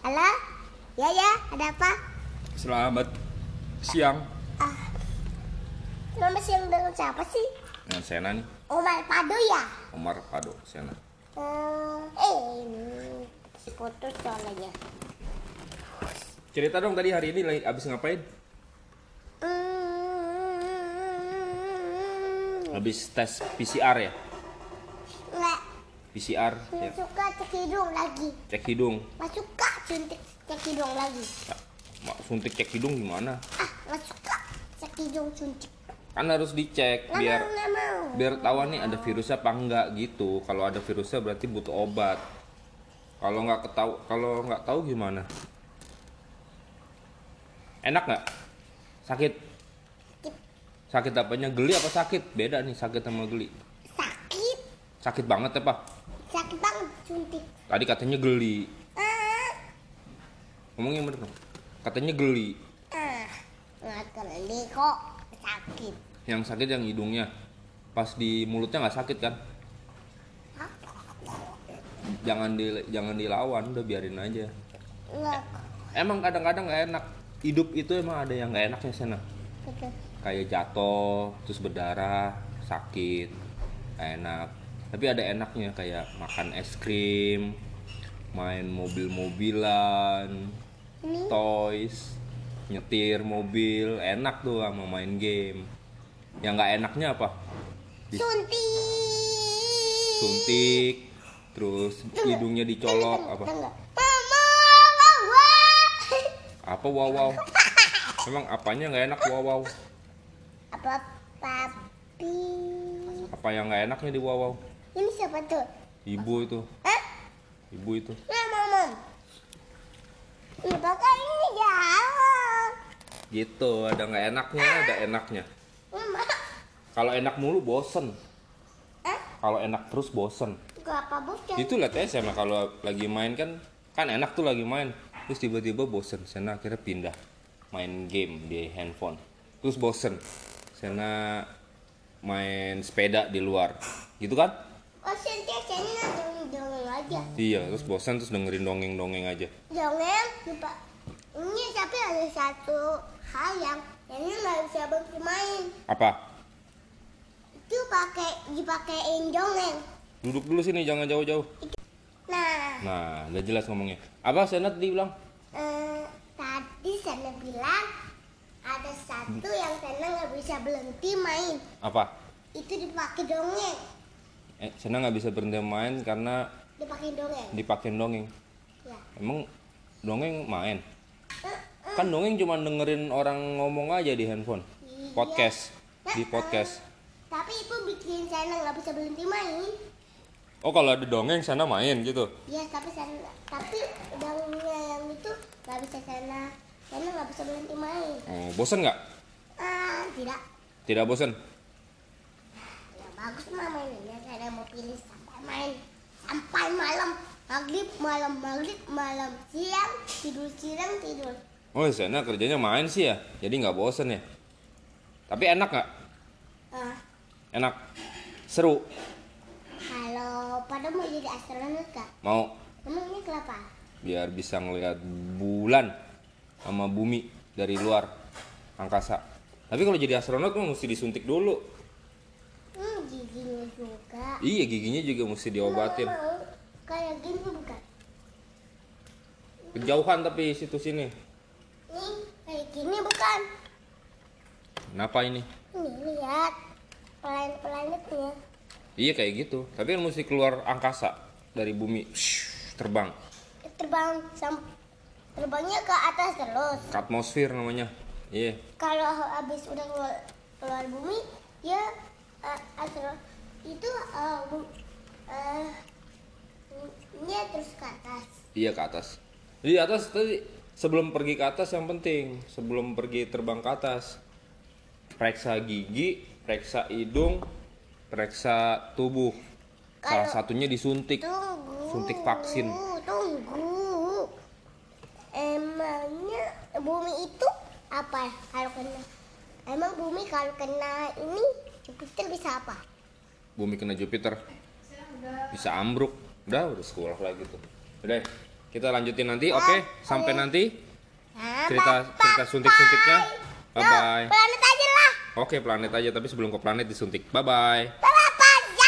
Halo? Ya, ada apa? Selamat siang. Selamat siang dengan siapa sih? Dengan Sena nih. Omar Pado ya? Omar Pado, Sena. Ini foto soalnya. Cerita dong tadi hari ini lagi abis ngapain? Habis tes PCR ya? Enggak. PCR ya. Suka cek hidung lagi. Cek hidung. Nggak suka suntik cek hidung lagi. Suntik cek hidung gimana? Nggak suka cek hidung suntik. Kan harus dicek Nggak biar mau. biar tahu nih ada virusnya apa enggak gitu. Kalau ada virusnya berarti butuh obat. Kalau nggak tahu gimana? Enak nggak? Sakit? Sakit apanya? Geli apa sakit? Beda nih sakit sama geli. Sakit. Sakit banget ya, Pak? Sakit banget suntik. Tadi katanya geli. Ngomongnya bener dong. Katanya geli. Nggak geli kok. Sakit. Yang sakit yang hidungnya. Pas di mulutnya nggak sakit kan? Jangan dilawan, udah biarin aja. Nggak. Emang kadang-kadang nggak enak. Hidup itu emang ada yang nggak enaknya Sena. Betul. Kayak jatuh, terus berdarah, sakit, nggak enak. Tapi ada enaknya kayak makan es krim, main mobil-mobilan, toys, nyetir mobil, enak tuh sama main game. Yang nggak enaknya apa? Suntik, terus hidungnya dicolok apa? Apa wow? Emang apanya nggak enak wow? Apa papi? Apa yang nggak enaknya di wow? Ini siapa tuh? Ibu itu. Hah? Ibu itu. Nah, Mama. Ini pakai ini jalan. Gitu, ada nggak enaknya, ada enaknya. Mama. Kalau enak mulu bosen. Hah? Kalau enak terus bosen. Gak apa bocah. Itu lihat aja Sena kalau lagi main kan enak tuh lagi main. Terus tiba-tiba bosen. Sena akhirnya pindah main game di handphone. Terus bosen. Sena main sepeda di luar. Gitu kan? Oh, sensasinya dongeng aja. Iya, terus bosan terus dengerin dongeng-dongeng aja. Dongeng, lupa. Ini tapi ada satu hal yang ini nggak bisa bermain. Apa? Itu dipakein dongeng. Duduk dulu sini, jangan jauh-jauh. Nah, udah jelas ngomongnya. Apa Sena tadi bilang? Tadi Sana bilang ada satu yang Sana nggak bisa berhenti main. Apa? Itu dipakai dongeng. Sena nggak bisa berhenti main karena dipakein dongeng. Ya. Emang dongeng main? Kan dongeng cuma dengerin orang ngomong aja di handphone. Iya. Podcast. Di podcast. Tapi itu bikin Sana nggak bisa berhenti main. Oh, kalau ada dongeng Sana main gitu? Iya, tapi dongengnya yang itu nggak bisa Sana nggak bisa berhenti main. Oh, bosen nggak? Tidak. Tidak bosen? Ya bagus mah mainnya. Saya mau pilih sampai malam. Maghrib, siang, tidur. Oh, Sena kerjanya main sih ya? Jadi nggak bosen ya? Tapi enak nggak? Enak? Seru? Kalau pada mau jadi astronot kak? Mau? Emangnya kenapa? Biar bisa ngelihat bulan sama bumi dari luar angkasa. Tapi kalau jadi astronot mah mesti disuntik dulu. Giginya juga. Iya, giginya juga mesti diobatin. Mau kayak gini bukan? Kejauhan tapi situ sini. Nih kayak gini bukan? Kenapa ini? Nih lihat planetnya. Iya kayak gitu. Tapi kan mesti keluar angkasa dari bumi. Terbang. Terbangnya ke atas terus. Ke atmosfer namanya. Iya. Kalau habis udah keluar bumi, ya astronot itu dia terus ke atas. Iya ke atas. Di atas tadi sebelum pergi ke atas yang penting, sebelum pergi terbang ke atas, periksa gigi, periksa hidung, periksa tubuh. Salah satunya disuntik. Suntik vaksin. Tunggu. Emangnya bumi itu apa kalau kena? Emang bumi kalau kena ini Jupiter bisa apa? Bumi kena Jupiter bisa ambruk. Udah sekolah lagi tuh. Udah. Kita lanjutin nanti, oke? Sampai nanti Nah, cerita suntik-suntiknya. Bye bye. Planet aja lah. Oke, planet aja, tapi sebelum ke planet disuntik. Bye bye. Bye.